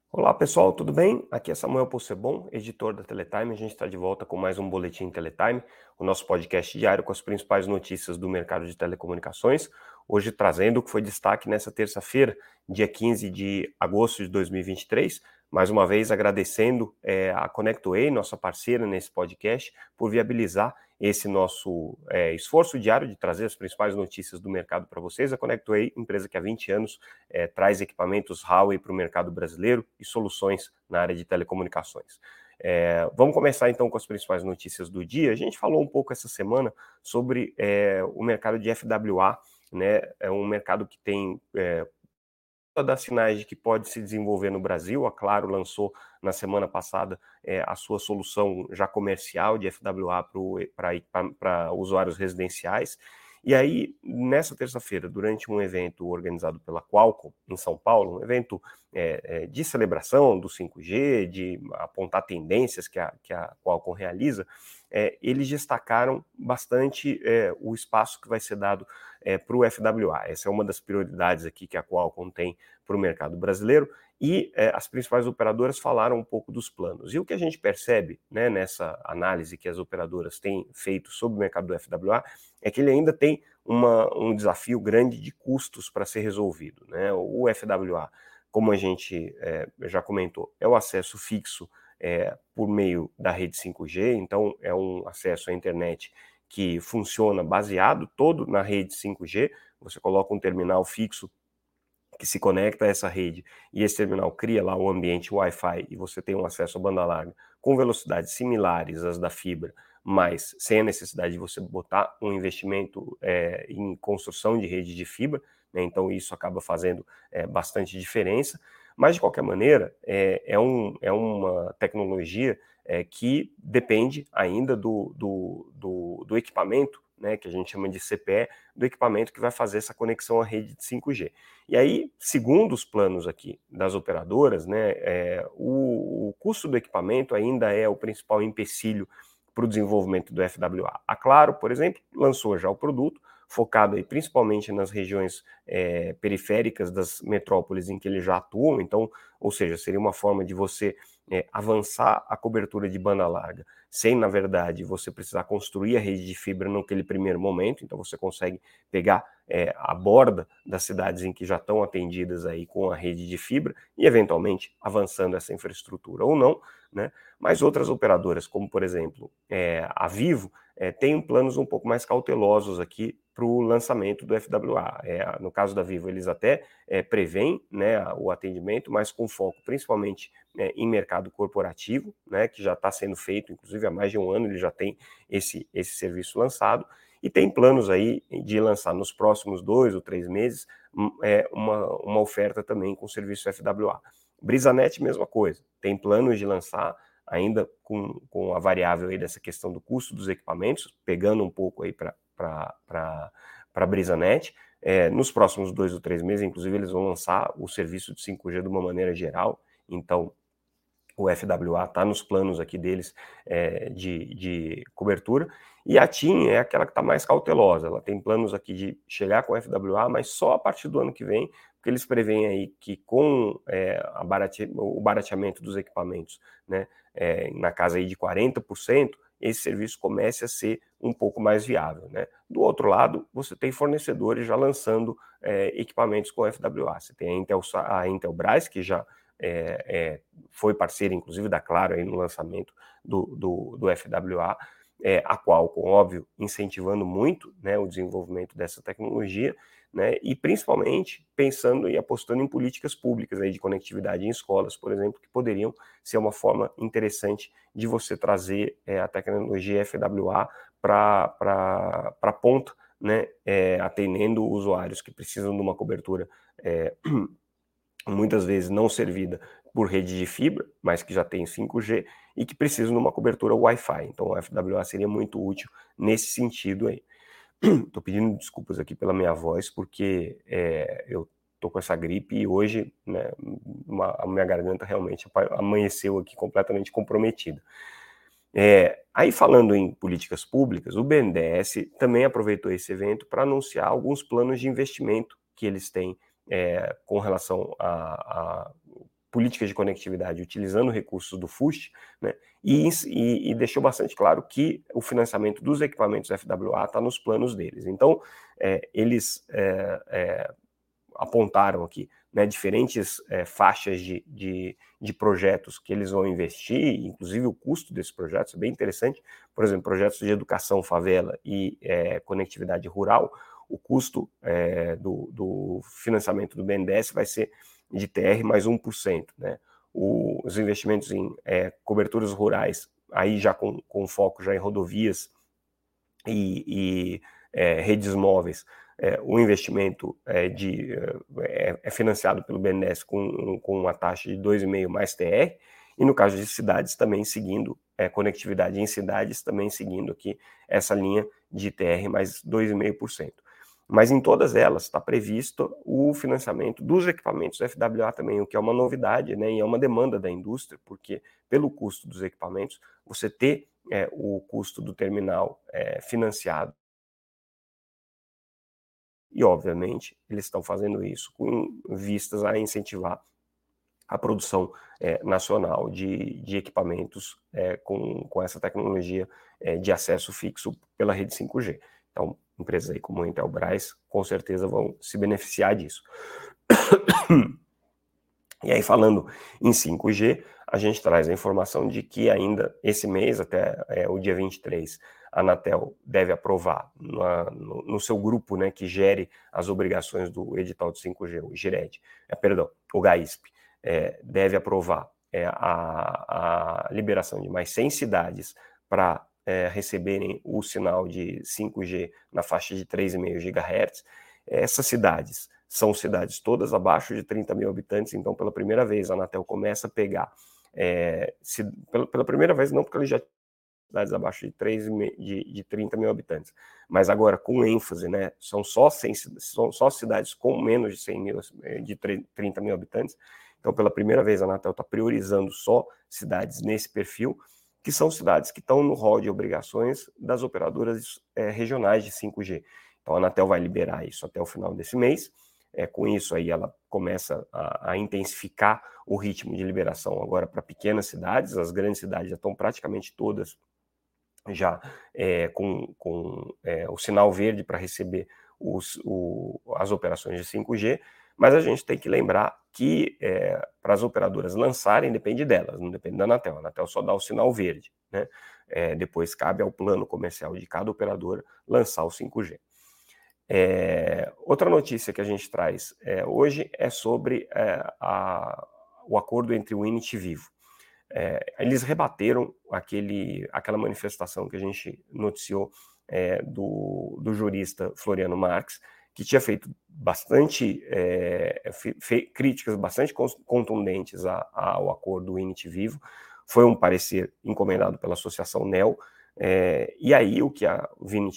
Olá pessoal, tudo bem? Aqui é Samuel Possebon, editor da Teletime. A gente está de volta com mais um Boletim Teletime, o nosso podcast diário com as principais notícias do mercado de telecomunicações. Hoje trazendo o que foi destaque nessa terça-feira, dia 15 de agosto de 2023. Mais uma vez agradecendo a ConnectWay, nossa parceira nesse podcast, por viabilizar esse nosso esforço diário de trazer as principais notícias do mercado para vocês. A ConnectWay, empresa que há 20 anos traz equipamentos Huawei para o mercado brasileiro e soluções na área de telecomunicações. Vamos começar então com as principais notícias do dia. A gente falou um pouco essa semana sobre o mercado de FWA, né? É um mercado que tem das sinais de que pode se desenvolver no Brasil. A Claro lançou na semana passada a sua solução já comercial de FWA para usuários residenciais. E aí, nessa terça-feira, durante um evento organizado pela Qualcomm, em São Paulo, um evento de celebração do 5G, de apontar tendências que a Qualcomm realiza, eles destacaram bastante o espaço que vai ser dado para o FWA. Essa é uma das prioridades aqui que a Qualcomm tem para o mercado brasileiro, e as principais operadoras falaram um pouco dos planos. E o que a gente percebe, né, nessa análise que as operadoras têm feito sobre o mercado do FWA é que ele ainda tem um desafio grande de custos para ser resolvido, né? O FWA, como a gente já comentou, é o acesso fixo por meio da rede 5G, então é um acesso à internet que funciona baseado todo na rede 5G. Você coloca um terminal fixo que se conecta a essa rede e esse terminal cria lá um ambiente Wi-Fi e você tem um acesso à banda larga com velocidades similares às da fibra, mas sem a necessidade de você botar um investimento em construção de rede de fibra, né? Então isso acaba fazendo bastante diferença, mas de qualquer maneira é uma tecnologia que depende ainda do equipamento, né, que a gente chama de CPE, do equipamento que vai fazer essa conexão à rede de 5G. E aí, segundo os planos aqui das operadoras, né, o custo do equipamento ainda é o principal empecilho para o desenvolvimento do FWA. A Claro, por exemplo, lançou já o produto, focado aí principalmente nas regiões periféricas das metrópoles em que eles já atuam, então, ou seja, seria uma forma de você avançar a cobertura de banda larga, sem, na verdade, você precisar construir a rede de fibra naquele primeiro momento, então você consegue pegar a borda das cidades em que já estão atendidas aí com a rede de fibra e, eventualmente, avançando essa infraestrutura ou não, né? Mas outras operadoras, como, por exemplo, a Vivo, têm planos um pouco mais cautelosos aqui para o lançamento do FWA. No caso da Vivo, eles até prevêem, né, o atendimento, mas com foco principalmente em mercado corporativo, né, que já está sendo feito, inclusive há mais de um ano ele já tem esse serviço lançado, e tem planos aí de lançar nos próximos 2 ou 3 meses uma oferta também com serviço FWA. Brisanet, mesma coisa, tem planos de lançar ainda com a variável aí dessa questão do custo dos equipamentos, pegando um pouco aí para a Brisanet. Nos próximos 2 ou 3 meses, inclusive, eles vão lançar o serviço de 5G de uma maneira geral, então o FWA está nos planos aqui deles de cobertura, e a TIM é aquela que está mais cautelosa, ela tem planos aqui de chegar com o FWA, mas só a partir do ano que vem, porque eles preveem aí que com o barateamento dos equipamentos, né, na casa aí de 40%, esse serviço comece a ser um pouco mais viável, né? Do outro lado, você tem fornecedores já lançando equipamentos com FWA, você tem a Intelbras, que já foi parceira, inclusive, da Claro aí no lançamento do FWA, a Qualcomm, óbvio, incentivando muito, né, o desenvolvimento dessa tecnologia, né, e principalmente pensando e apostando em políticas públicas aí de conectividade em escolas, por exemplo, que poderiam ser uma forma interessante de você trazer a tecnologia FWA para a ponta, né, atendendo usuários que precisam de uma cobertura muitas vezes não servida por rede de fibra, mas que já tem 5G e que precisam de uma cobertura Wi-Fi. Então, o FWA seria muito útil nesse sentido aí. Estou pedindo desculpas aqui pela minha voz, porque eu estou com essa gripe e hoje, né, a minha garganta realmente amanheceu aqui completamente comprometida. Aí falando em políticas públicas, o BNDES também aproveitou esse evento para anunciar alguns planos de investimento que eles têm com relação a políticas de conectividade utilizando recursos do FUST, né, e deixou bastante claro que o financiamento dos equipamentos FWA está nos planos deles. Então, eles apontaram aqui, né, diferentes faixas de projetos que eles vão investir, inclusive o custo desses projetos é bem interessante. Por exemplo, projetos de educação, favela e conectividade rural, o custo do financiamento do BNDES vai ser de TR mais 1%, né? Os investimentos em coberturas rurais, aí já com foco já em rodovias e redes móveis, o investimento é financiado pelo BNDES com uma taxa de 2,5% mais TR, e no caso de cidades também seguindo, conectividade em cidades também seguindo aqui essa linha de TR mais 2,5%. Mas em todas elas está previsto o financiamento dos equipamentos FWA também, o que é uma novidade, né, e é uma demanda da indústria, porque pelo custo dos equipamentos, você ter o custo do terminal financiado. E, obviamente, eles estão fazendo isso com vistas a incentivar a produção nacional de equipamentos com essa tecnologia de acesso fixo pela rede 5G. Então, empresas aí como a Intelbras, com certeza vão se beneficiar disso. E aí, falando em 5G, a gente traz a informação de que ainda esse mês, até o dia 23, a Anatel deve aprovar no seu grupo, né, que gere as obrigações do edital de 5G, o GIRED, o GAISP, deve aprovar a liberação de mais 100 cidades para receberem o sinal de 5G na faixa de 3,5 GHz. Essas cidades são cidades todas abaixo de 30 mil habitantes, então pela primeira vez a Anatel começa a pegar, pela primeira vez não, porque ele já cidades abaixo de 30 mil habitantes, mas agora com ênfase, né, são só cidades com menos de 100 mil, de 30 mil habitantes, então pela primeira vez a Anatel está priorizando só cidades nesse perfil, que são cidades que estão no rol de obrigações das operadoras regionais de 5G. Então a Anatel vai liberar isso até o final desse mês. Com isso aí ela começa a intensificar o ritmo de liberação agora para pequenas cidades. As grandes cidades já estão praticamente todas já com o sinal verde para receber as operações de 5G, mas a gente tem que lembrar que para as operadoras lançarem depende delas, não depende da Anatel. A Anatel só dá o sinal verde, né? Depois cabe ao plano comercial de cada operadora lançar o 5G. Outra notícia que a gente traz hoje é sobre o acordo entre o Init e Vivo. Eles rebateram aquela manifestação que a gente noticiou do jurista Floriano Marques, que tinha feito bastante críticas bastante contundentes ao acordo Init e Vivo. Foi um parecer encomendado pela Associação NEL. E aí o que a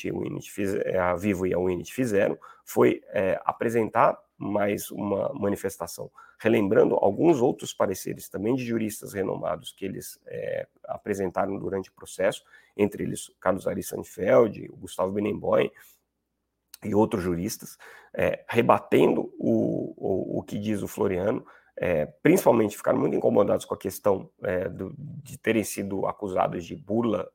Vivo e a Winit fizeram foi apresentar mais uma manifestação, relembrando alguns outros pareceres também de juristas renomados que eles apresentaram durante o processo, entre eles o Carlos Ari Sandfeld, o Gustavo Benenboim e outros juristas, rebatendo o que diz o Floriano. Principalmente ficaram muito incomodados com a questão de terem sido acusados de burla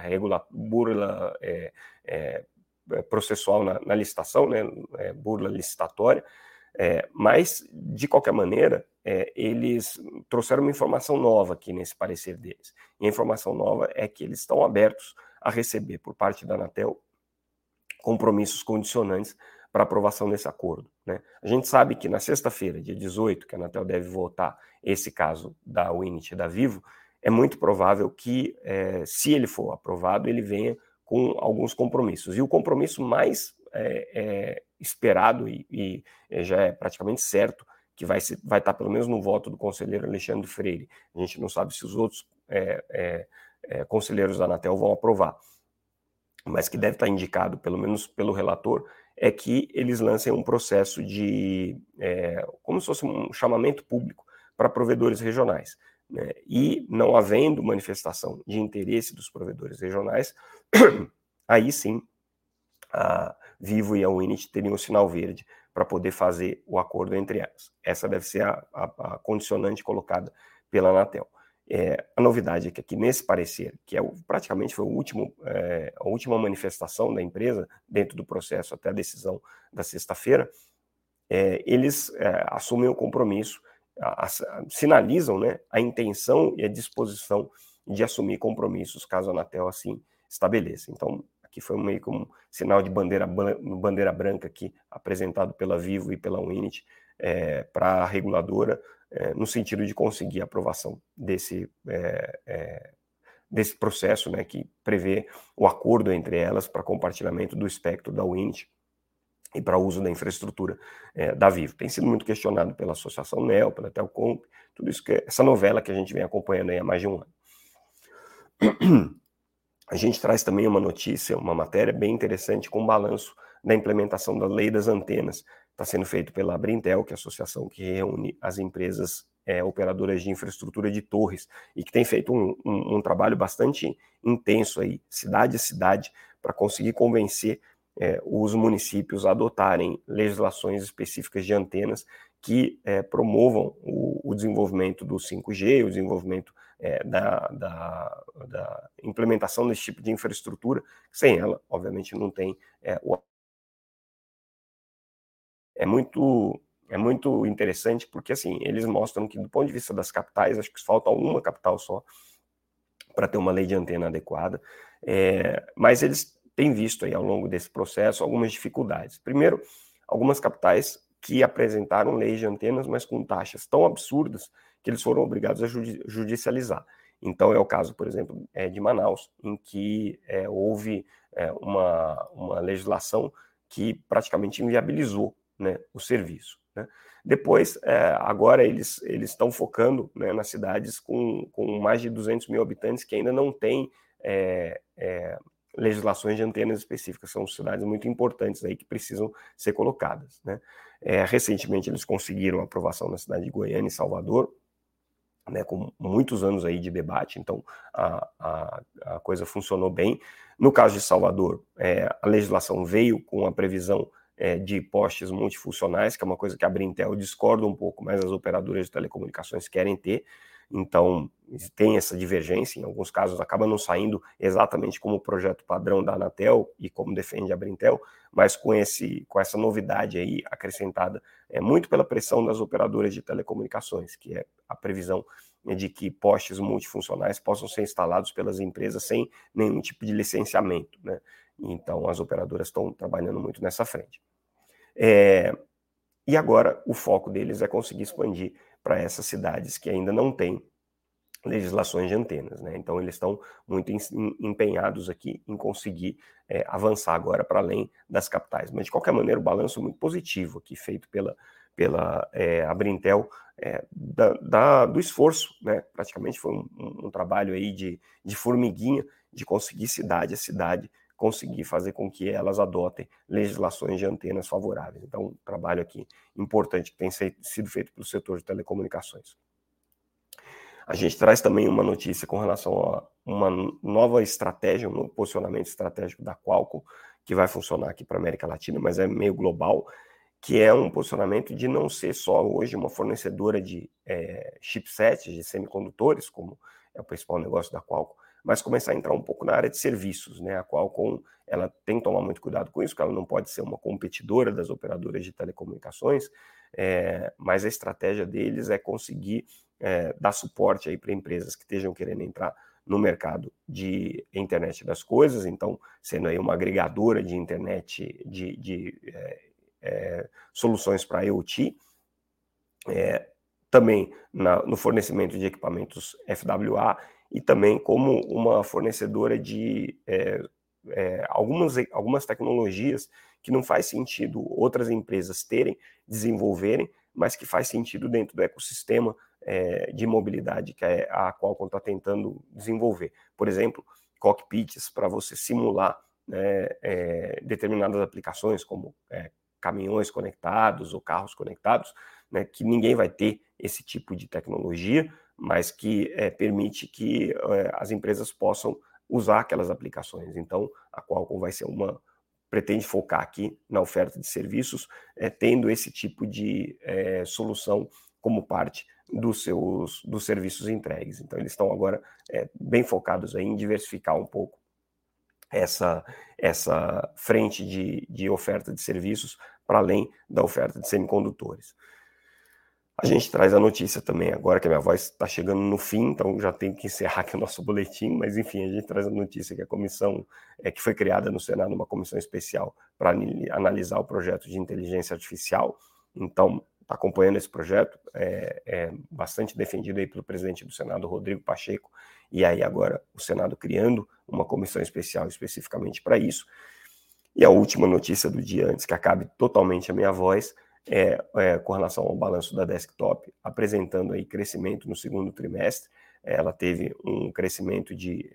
processual na licitação, né, burla licitatória, mas, de qualquer maneira, eles trouxeram uma informação nova aqui nesse parecer deles. E a informação nova é que eles estão abertos a receber, por parte da Anatel, compromissos condicionantes para aprovação desse acordo, né? A gente sabe que na sexta-feira, dia 18, que a Anatel deve votar esse caso da Winit e da Vivo, é muito provável que, se ele for aprovado, ele venha com alguns compromissos. E o compromisso mais esperado e já é praticamente certo que vai estar pelo menos no voto do conselheiro Alexandre Freire. A gente não sabe se os outros conselheiros da Anatel vão aprovar, mas que deve estar indicado, pelo menos pelo relator, é que eles lancem um processo de, como se fosse um chamamento público para provedores regionais, né? E não havendo manifestação de interesse dos provedores regionais, aí sim a Vivo e a Winit teriam o sinal verde para poder fazer o acordo entre elas. Essa deve ser a condicionante colocada pela Anatel. A novidade é que aqui nesse parecer, que praticamente foi a última manifestação da empresa dentro do processo até a decisão da sexta-feira, eles assumem o compromisso, sinalizam, né, a intenção e a disposição de assumir compromissos caso a Anatel assim estabeleça. Então, aqui foi meio que um sinal de bandeira branca aqui, apresentado pela Vivo e pela Winit para a reguladora, no sentido de conseguir a aprovação desse processo, né, que prevê o acordo entre elas para compartilhamento do espectro da Winit e para uso da infraestrutura da Vivo. Tem sido muito questionado pela Associação NEL, pela Telcom, tudo isso, essa novela que a gente vem acompanhando aí há mais de um ano. A gente traz também uma notícia, uma matéria bem interessante com um balanço da implementação da Lei das Antenas. Está sendo feito pela Abrintel, que é a associação que reúne as empresas operadoras de infraestrutura de torres e que tem feito um trabalho bastante intenso aí, cidade a cidade, para conseguir convencer os municípios a adotarem legislações específicas de antenas que promovam o desenvolvimento do 5G, o desenvolvimento da implementação desse tipo de infraestrutura. Sem ela, obviamente, não tem é muito interessante porque, assim, eles mostram que, do ponto de vista das capitais, acho que falta uma capital só para ter uma lei de antena adequada, mas eles têm visto aí, ao longo desse processo, algumas dificuldades. Primeiro, algumas capitais que apresentaram leis de antenas, mas com taxas tão absurdas que eles foram obrigados a judicializar. Então, é o caso, por exemplo, de Manaus, em que houve uma legislação que praticamente inviabilizou, né, o serviço, né? Depois, agora eles estão focando, né, nas cidades com mais de 200 mil habitantes que ainda não têm legislações de antenas específicas. São cidades muito importantes aí que precisam ser colocadas, né? Recentemente eles conseguiram aprovação na cidade de Goiânia e Salvador, né, com muitos anos aí de debate, então a coisa funcionou bem. No caso de Salvador, a legislação veio com a previsão de postes multifuncionais, que é uma coisa que a Brintel discorda um pouco, mas as operadoras de telecomunicações querem ter. Então, tem essa divergência, em alguns casos acaba não saindo exatamente como o projeto padrão da Anatel e como defende a Brintel, mas com essa novidade aí acrescentada muito pela pressão das operadoras de telecomunicações, que é a previsão de que postes multifuncionais possam ser instalados pelas empresas sem nenhum tipo de licenciamento, né? Então, as operadoras estão trabalhando muito nessa frente. E agora, o foco deles é conseguir expandir para essas cidades que ainda não têm legislações de antenas, né? Então, eles estão muito empenhados aqui em conseguir avançar agora para além das capitais. Mas, de qualquer maneira, o balanço é muito positivo aqui, feito pela Abrintel, do esforço, né? Praticamente foi um trabalho aí de formiguinha, de conseguir cidade a cidade, conseguir fazer com que elas adotem legislações de antenas favoráveis. Então, um trabalho aqui importante que tem sido feito pelo setor de telecomunicações. A gente traz também uma notícia com relação a uma nova estratégia, um novo posicionamento estratégico da Qualcomm, que vai funcionar aqui para a América Latina, mas é meio global, que é um posicionamento de não ser só hoje uma fornecedora de chipsets, de semicondutores, como é o principal negócio da Qualcomm, mas começar a entrar um pouco na área de serviços, né? A Qualcomm, ela tem que tomar muito cuidado com isso, porque ela não pode ser uma competidora das operadoras de telecomunicações, mas a estratégia deles é conseguir dar suporte aí para empresas que estejam querendo entrar no mercado de internet das coisas, então sendo aí uma agregadora de internet, soluções para IoT, também no fornecimento de equipamentos FWA e também como uma fornecedora de algumas tecnologias que não faz sentido outras empresas desenvolverem, mas que faz sentido dentro do ecossistema de mobilidade que a Qualcomm está tentando desenvolver. Por exemplo, cockpits para você simular determinadas aplicações, como caminhões conectados ou carros conectados, né, que ninguém vai ter esse tipo de tecnologia, mas que permite que as empresas possam usar aquelas aplicações. Então, a Qualcomm vai ser uma pretende focar aqui na oferta de serviços, tendo esse tipo de solução como parte dos serviços entregues. Então, eles estão agora bem focados aí em diversificar um pouco essa frente de oferta de serviços para além da oferta de semicondutores. A gente traz a notícia também agora, que a minha voz está chegando no fim, então já tenho que encerrar aqui o nosso boletim, mas enfim, a gente traz a notícia que a comissão, que foi criada no Senado, uma comissão especial para analisar o projeto de inteligência artificial. Então, está acompanhando esse projeto, é bastante defendido aí pelo presidente do Senado, Rodrigo Pacheco, e aí agora o Senado criando uma comissão especial especificamente para isso. E a última notícia do dia, antes que acabe totalmente a minha voz, com relação ao balanço da Desktop, apresentando aí crescimento no segundo trimestre. Ela teve um crescimento de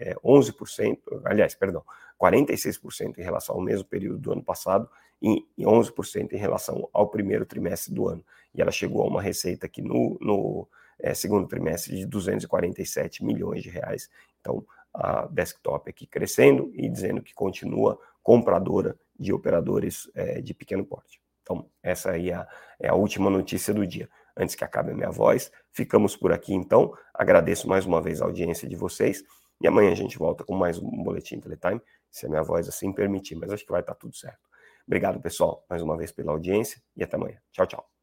46% em relação ao mesmo período do ano passado e 11% em relação ao primeiro trimestre do ano. E ela chegou a uma receita aqui no segundo trimestre de 247 milhões de reais. Então, a Desktop aqui crescendo e dizendo que continua compradora de operadores de pequeno porte. Então, essa aí é a última notícia do dia. Antes que acabe a minha voz, ficamos por aqui então. Agradeço mais uma vez a audiência de vocês e amanhã a gente volta com mais um Boletim Teletime, se a minha voz assim permitir, mas acho que vai estar tudo certo. Obrigado, pessoal, mais uma vez pela audiência e até amanhã. Tchau, tchau.